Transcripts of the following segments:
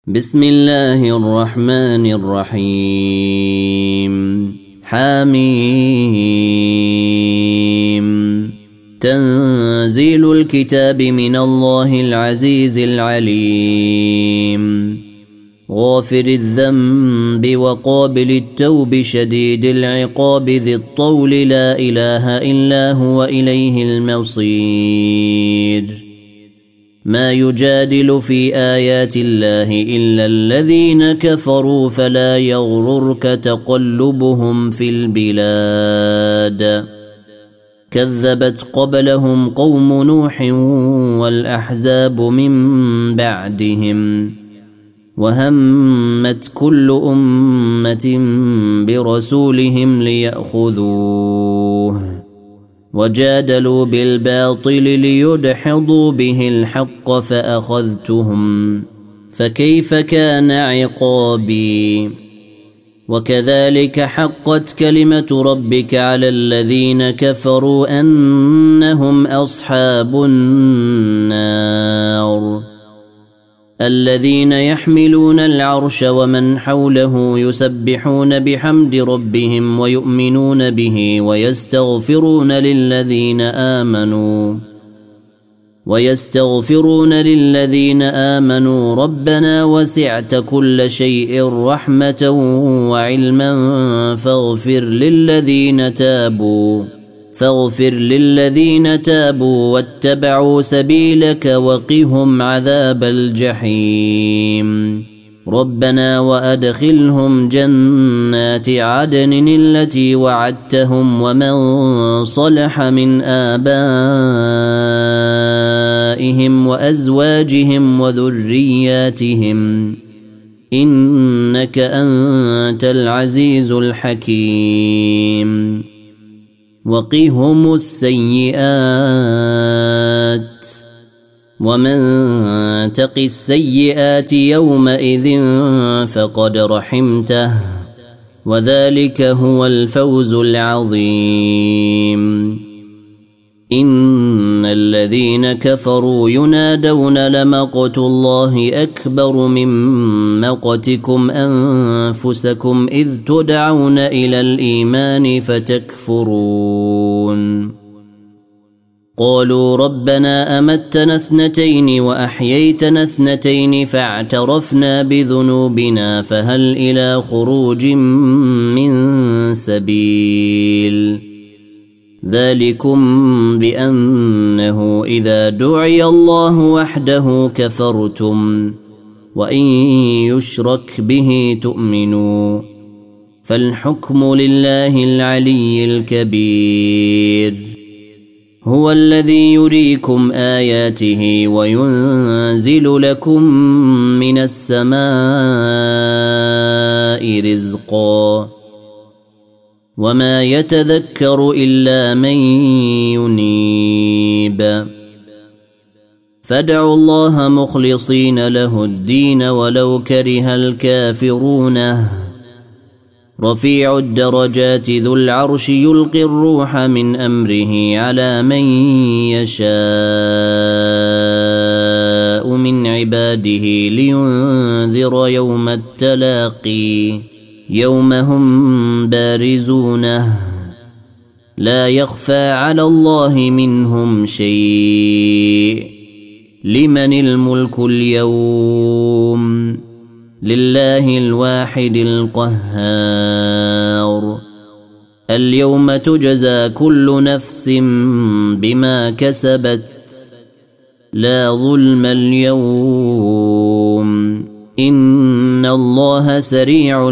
بسم الله الرحمن الرحيم حميم تنزيل الكتاب من الله العزيز العليم غافر الذنب وقابل التوب شديد العقاب ذي الطول لا إله إلا هو إليه المصير ما يجادل في آيات الله إلا الذين كفروا فلا يغررك تقلبهم في البلاد كذبت قبلهم قوم نوح والأحزاب من بعدهم وهمت كل أمة برسولهم ليأخذوه وجادلوا بالباطل ليدحضوا به الحق فأخذتهم فكيف كان عقابي وكذلك حقت كلمة ربك على الذين كفروا أنهم أصحاب النار الذين يحملون العرش ومن حوله يسبحون بحمد ربهم ويؤمنون به ويستغفرون للذين آمنوا ربنا وسعت كل شيء رحمة وعلما فاغفر للذين تابوا واتبعوا سبيلك وقهم عذاب الجحيم ربنا وأدخلهم جنات عدن التي وعدتهم ومن صلح من آبائهم وأزواجهم وذرياتهم إنك أنت العزيز الحكيم وقهم السيئات ومن تق السيئات يومئذ فقد رحمته وذلك هو الفوز العظيم إن الذين كفروا ينادون لمقت الله أكبر من مقتكم أنفسكم إذ تدعون إلى الإيمان فتكفرون قالوا ربنا أمتنا 2 وأحييتنا 2 فاعترفنا بذنوبنا فهل إلى خروج من سبيل ذلكم بأنه إذا دعي الله وحده كفرتم وإن يشرك به تؤمنوا فالحكم لله العلي الكبير هو الذي يريكم آياته وينزل لكم من السماء رزقا وما يتذكر إلا من ينيب فادعوا الله مخلصين له الدين ولو كره الكافرون رفيع الدرجات ذو العرش يلقي الروح من أمره على من يشاء من عباده لينذر يوم التلاقي يوم هم بارزونه لا يخفى على الله منهم شيء لمن الملك اليوم لله الواحد القهار اليوم تجزى كل نفس بما كسبت لا ظلم اليوم إن الله سريع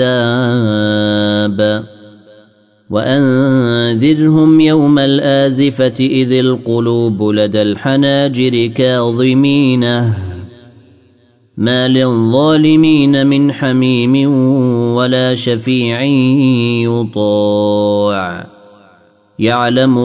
الحساب وأنذرهم يوم الآزفة إذ القلوب لدى الحناجر كاظمينه ما للظالمين من حميم ولا شفيع يطاع يعلم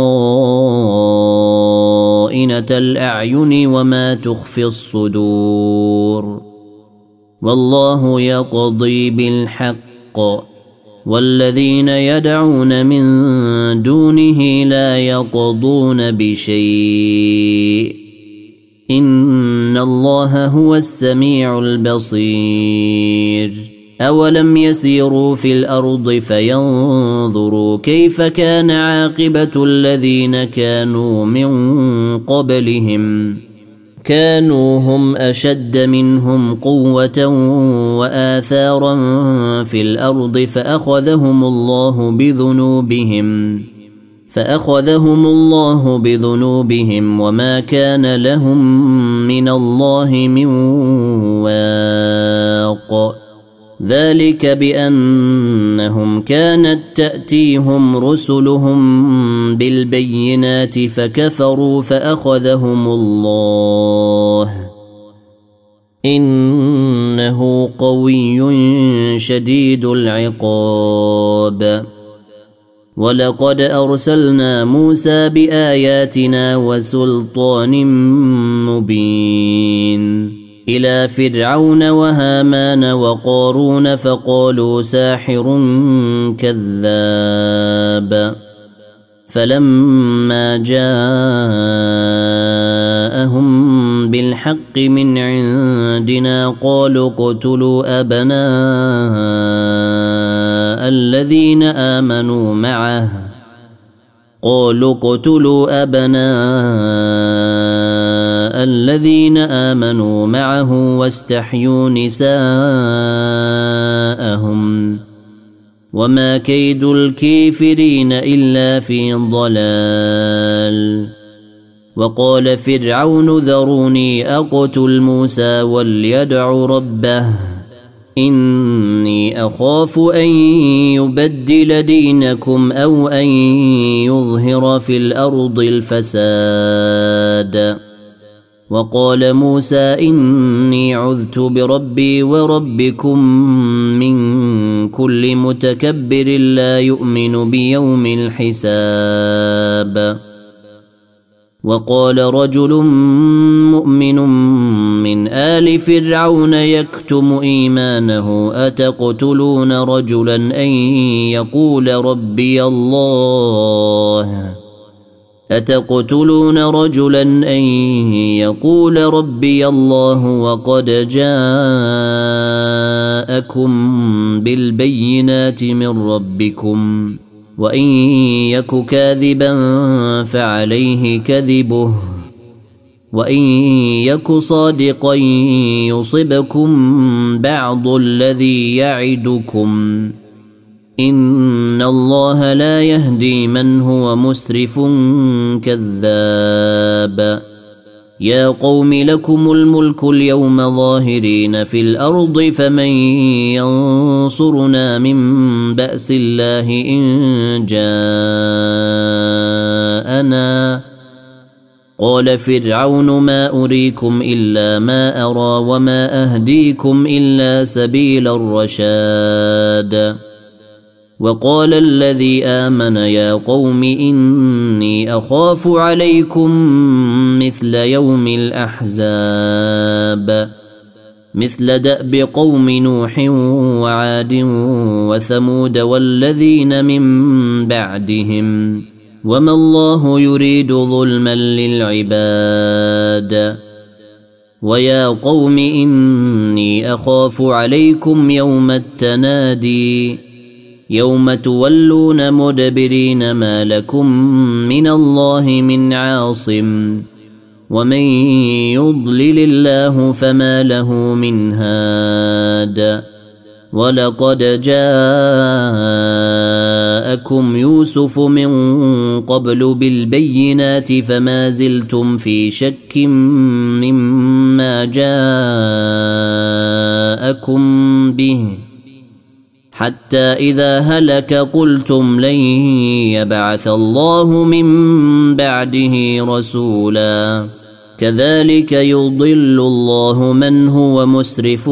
خائنة الأعين وما تخفي الصدور والله يقضي بالحق والذين يدعون من دونه لا يقضون بشيء إن الله هو السميع البصير أولم يسيروا في الأرض فينظروا كيف كان عاقبة الذين كانوا من قبلهم كانوا هم أشد منهم قوة وآثارا في الأرض فأخذهم الله بذنوبهم وما كان لهم من الله من واق ذلك بأنهم كانت تأتيهم رسلهم بالبينات فكفروا فأخذهم الله إنه قوي شديد العقاب ولقد أرسلنا موسى بآياتنا وسلطان مبين إلى فرعون وهامان وقارون فقالوا ساحر كذاب فلما جاءهم بالحق من عندنا قالوا اقتلوا أبناء الذين آمنوا معه واستحيوا نساءهم وما كيد الكافرين إلا في ضلال وقال فرعون ذروني أقتل موسى وليدع ربه إني أخاف أن يبدل دينكم أو أن يظهر في الأرض الفساد وقال موسى إني عذت بربي وربكم من كل متكبر لا يؤمن بيوم الحساب وقال رجل مؤمن من آل فرعون يكتم إيمانه أتقتلون رجلا أن يقول ربي الله وقد جاءكم بالبينات من ربكم وإن يك كاذبا فعليه كذبه وإن يك صادقا يصبكم بعض الذي يعدكم إن الله لا يهدي من هو مسرف كذاب يا قوم لكم الملك اليوم ظاهرين في الأرض فمن ينصرنا من بأس الله إن جاءنا قال فرعون ما أريكم إلا ما أرى وما أهديكم إلا سبيل الرشاد وقال الذي آمن يا قوم إني أخاف عليكم مثل يوم الأحزاب مثل دأب قوم نوح وعاد وثمود والذين من بعدهم وما الله يريد ظلما للعباد ويا قوم إني أخاف عليكم يوم التنادي يوم تولون مدبرين ما لكم من الله من عاصم ومن يضلل الله فما له من هاد ولقد جاءكم يوسف من قبل بالبينات فما زلتم في شك مما جاءكم به حتى إذا هلك قلتم لن يبعث الله من بعده رسولا كذلك يضل الله من هو مسرف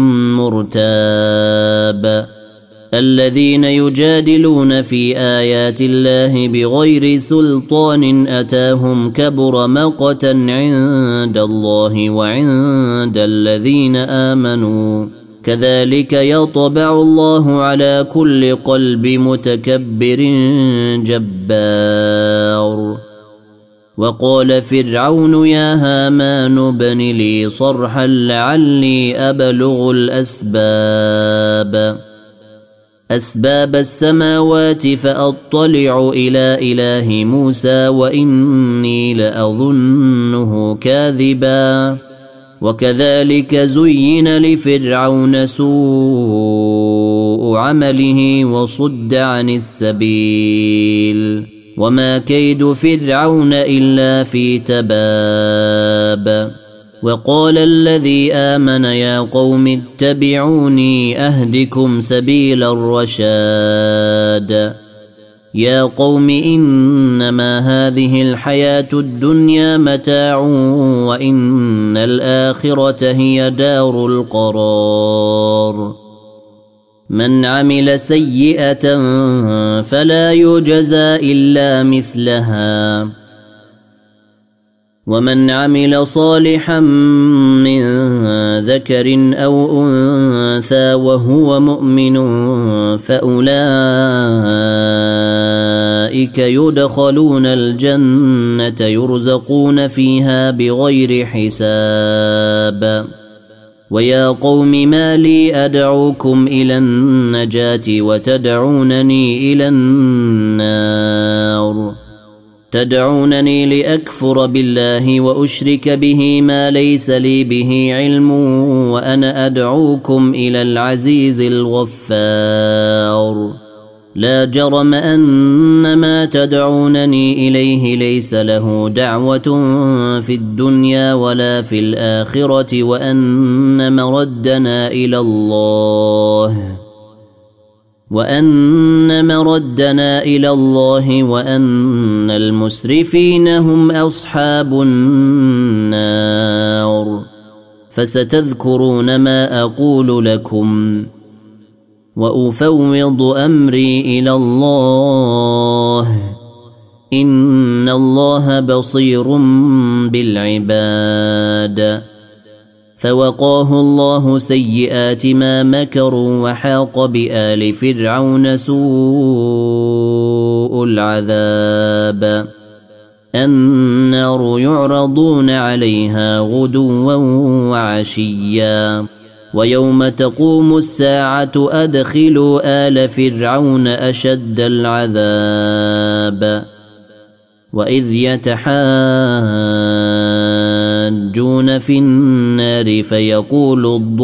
مرتاب الذين يجادلون في آيات الله بغير سلطان أتاهم كبر مقتا عند الله وعند الذين آمنوا كذلك يطبع الله على كل قلب متكبر جبار وقال فرعون يا هامان ابن لي صرحا لعلي أبلغ أسباب السماوات فأطلع إلى إله موسى وإني لأظنه كاذبا وكذلك زين لفرعون سوء عمله وصد عن السبيل وما كيد فرعون إلا في تباب وقال الذي آمن يا قوم اتبعوني أهدكم سبيل الرشاد يا قوم إنما هذه الحياة الدنيا متاع وإن الآخرة هي دار القرار من عمل سيئة فلا يجزى إلا مثلها ومن عمل صالحا من ذكر أو أنثى وهو مؤمن فأولئك يدخلون الجنة يرزقون فيها بغير حساب ويا قوم ما لي أدعوكم إلى النجاة وتدعونني إلى النار تدعونني لأكفر بالله وأشرك به ما ليس لي به علم وأنا أدعوكم إلى العزيز الغفار لا جرم أن ما تدعونني إليه ليس له دعوة في الدنيا ولا في الآخرة وأن مردنا إلى الله وأن المسرفين هم أصحاب النار فستذكرون ما أقول لكم وأفوض أمري إلى الله إن الله بصير بالعباد فوقاه الله سيئات ما مكروا وحاق بآل فرعون سوء العذاب النار يعرضون عليها غدوا وعشيا ويوم تقوم الساعة أدخلوا آل فرعون أشد العذاب وإذ يتحاجون في النار فيقول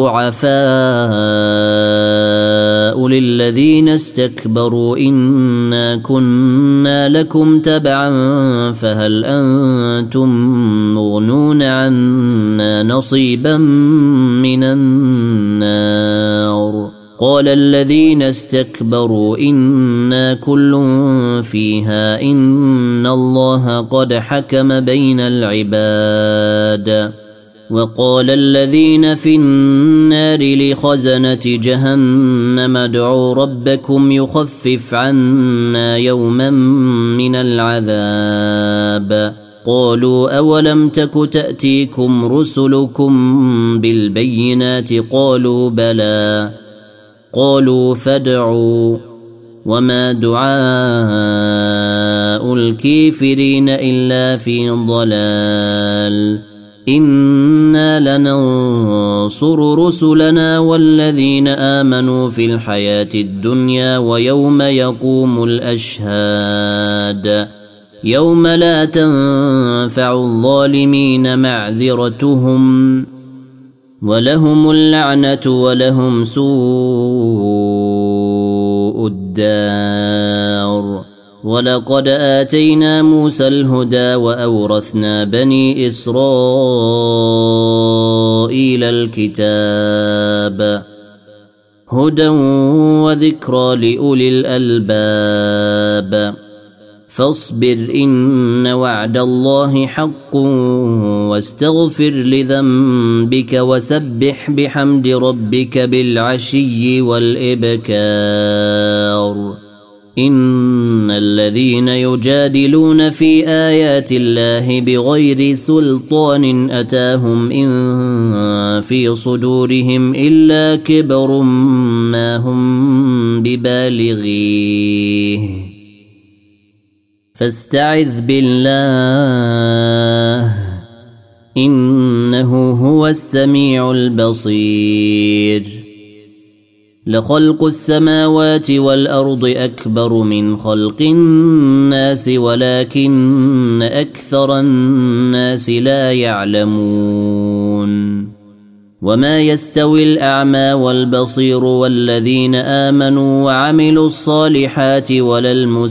الضعفاء للذين استكبروا إنا كنا لكم تبعا فهل أنتم مغنون عنا نصيبا من النار قال الذين استكبروا إنا كل فيها إن الله قد حكم بين العباد وقال الذين في النار لخزنة جهنم ادعوا ربكم يخفف عنا يوما من العذاب قالوا أولم تك تأتيكم رسلكم بالبينات قالوا بلى قالوا فادعوا وما دعاء الكافرين إلا في ضلال إنا لننصر رسلنا والذين آمنوا في الحياة الدنيا ويوم يقوم الأشهاد يوم لا تنفع الظالمين معذرتهم ولهم اللعنة ولهم سوء الدار ولقد آتينا موسى الهدى وأورثنا بني إسرائيل الكتاب هدى وذكرى لأولي الألباب فاصبر إن وعد الله حق واستغفر لذنبك وسبح بحمد ربك بالعشي والإبكار إن الذين يجادلون في آيات الله بغير سلطان أتاهم إن في صدورهم إلا كبر ما هم ببالغيه فاستعذ بالله إنه هو السميع البصير. لخلق السماوات والأرض أكبر من خلق الناس ولكن أكثر الناس لا يعلمون. وما يستوي الأعمى والبصير والذين آمنوا وعملوا الصالحات ولا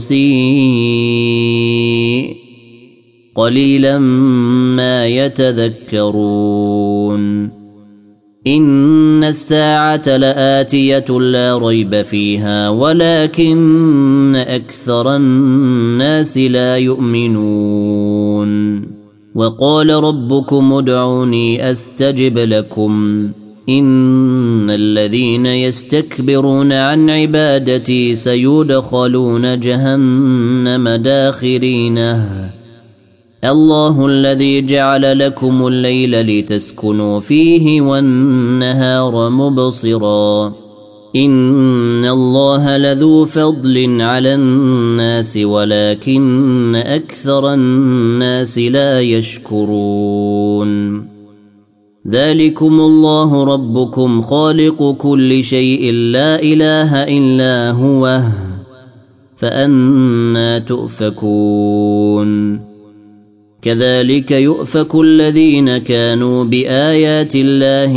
المسيء قليلا ما يتذكرون. إن الساعة لآتية لا ريب فيها ولكن أكثر الناس لا يؤمنون. وقال ربكم ادعوني أستجب لكم إن الذين يستكبرون عن عبادتي سيدخلون جهنم داخرينه. الله الذي جعل لكم الليل لتسكنوا فيه والنهار مبصرا إن الله لذو فضل على الناس ولكن أكثر الناس لا يشكرون. ذلكم الله ربكم خالق كل شيء لا إله إلا هو فأنى تؤفكون. كذلك يؤفك الذين كانوا بآيات الله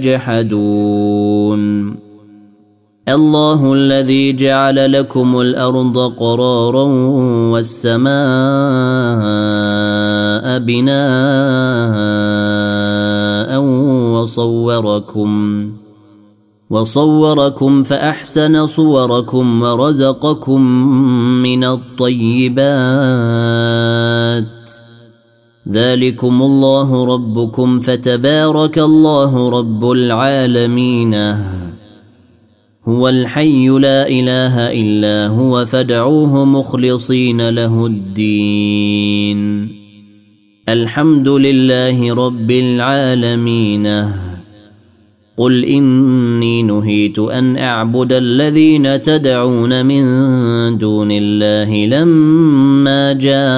يجحدون. الله الذي جعل لكم الأرض قرارا والسماء بناء وصوركم فأحسن صوركم ورزقكم من الطيبات. ذلكم الله ربكم فتبارك الله رب العالمين. هو الحي لا إله إلا هو فادعوه مخلصين له الدين. الحمد لله رب العالمين. قل إني نهيت أن أعبد الذين تدعون من دون الله لما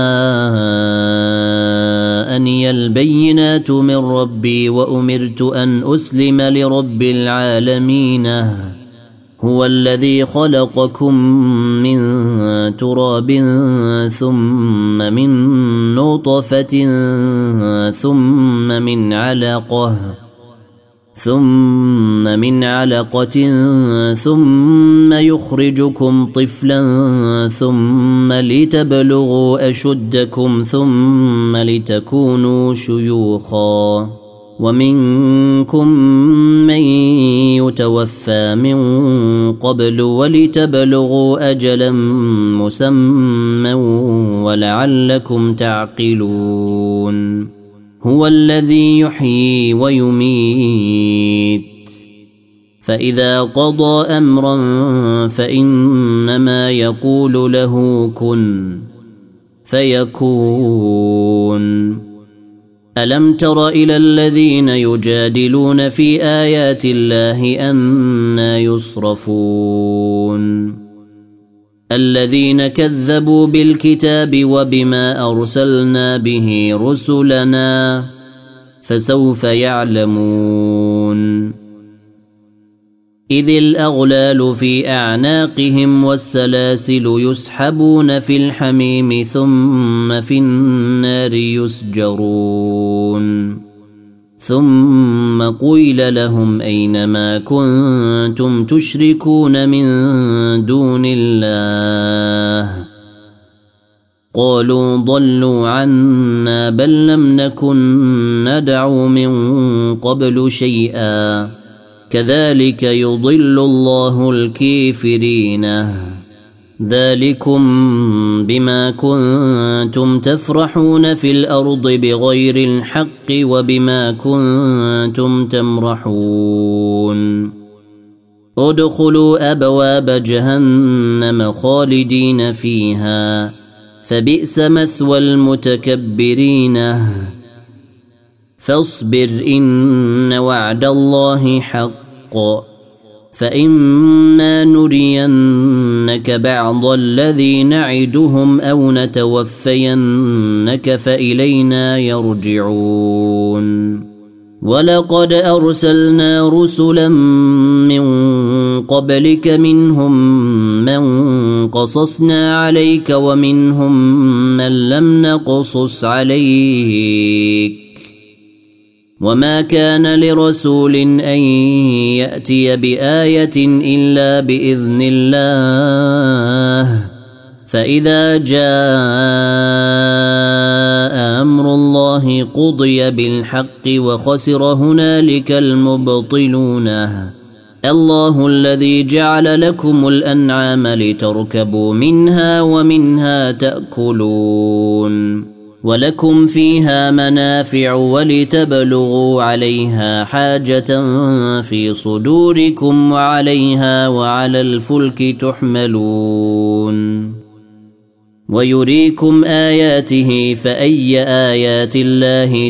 جاءني البينات من ربي وأمرت أن أسلم لرب العالمين. هو الذي خلقكم من تراب ثم من نطفة ثم من علقة ثم يخرجكم طفلا ثم لتبلغوا أشدكم ثم لتكونوا شيوخا ومنكم من يتوفى من قبل ولتبلغوا أجلا مسمى ولعلكم تعقلون. هو الذي يحيي ويميت فإذا قضى أمرا فإنما يقول له كن فيكون. ألم تر إلى الذين يجادلون في آيات الله أنى يصرفون. الذين كذبوا بالكتاب وبما أرسلنا به رسلنا فسوف يعلمون. إذ الأغلال في أعناقهم والسلاسل يسحبون في الحميم ثم في النار يسجرون. ثم قيل لهم أين ما كنتم تشركون من دون الله قالوا ضلوا عنا بل لم نكن ندعو من قبل شيئا كذلك يضل الله الكافرين. ذلكم بما كنتم تفرحون في الأرض بغير الحق وبما كنتم تمرحون. ادخلوا أبواب جهنم خالدين فيها فبئس مثوى المتكبرين. فاصبر إن وعد الله حق فإما نرينك بعض الذي نعدهم أو نتوفينك فإلينا يرجعون ولقد أرسلنا رسلا من قبلك منهم من قصصنا عليك ومنهم من لم نقصص عليك وما كان لرسول أن يأتي بآية إلا بإذن الله فإذا جاء أمر الله قضي بالحق وخسر هنالك المبطلون الله الذي جعل لكم الأنعام لتركبوا منها ومنها تأكلون ولكم فيها منافع ولتبلغوا عليها حاجة في صدوركم وعليها وعلى الفلك تحملون ويريكم آياته فأي آيات الله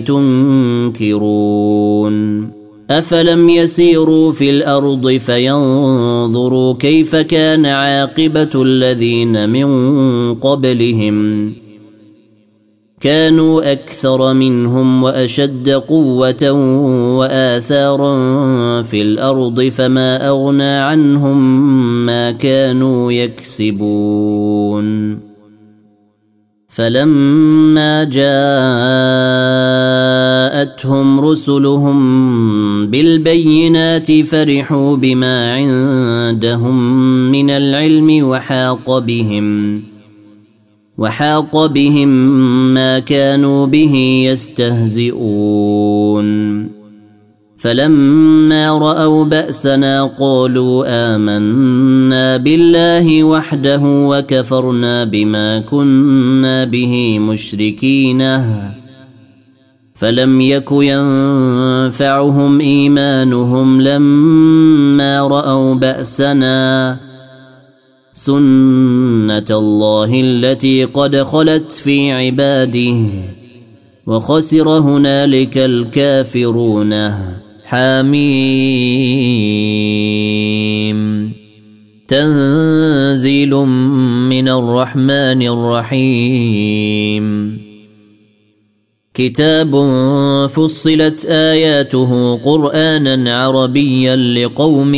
تنكرون أفلم يسيروا في الأرض فينظروا كيف كان عاقبة الذين من قبلهم كانوا أكثر منهم وأشد قوة وآثارا في الأرض فما أغنى عنهم ما كانوا يكسبون فلما جاءتهم رسلهم بالبينات فرحوا بما عندهم من العلم وحاق بهم ما كانوا به يستهزئون فلما رأوا بأسنا قالوا آمنا بالله وحده وكفرنا بما كنا به مشركين فلم يك ينفعهم إيمانهم لما رأوا بأسنا سنة الله التي قد خلت في عباده وخسر هنالك الكافرون حميم تنزيل من الرحمن الرحيم كتاب فصلت آياته قرآنا عربيا لقوم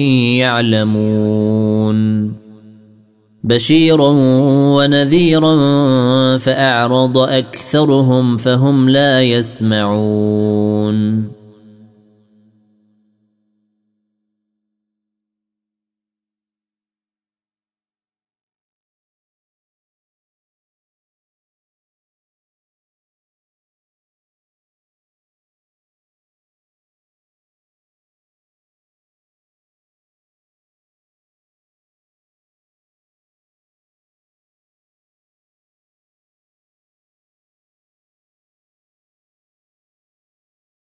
يعلمون بشيرا ونذيرا فأعرض أكثرهم فهم لا يسمعون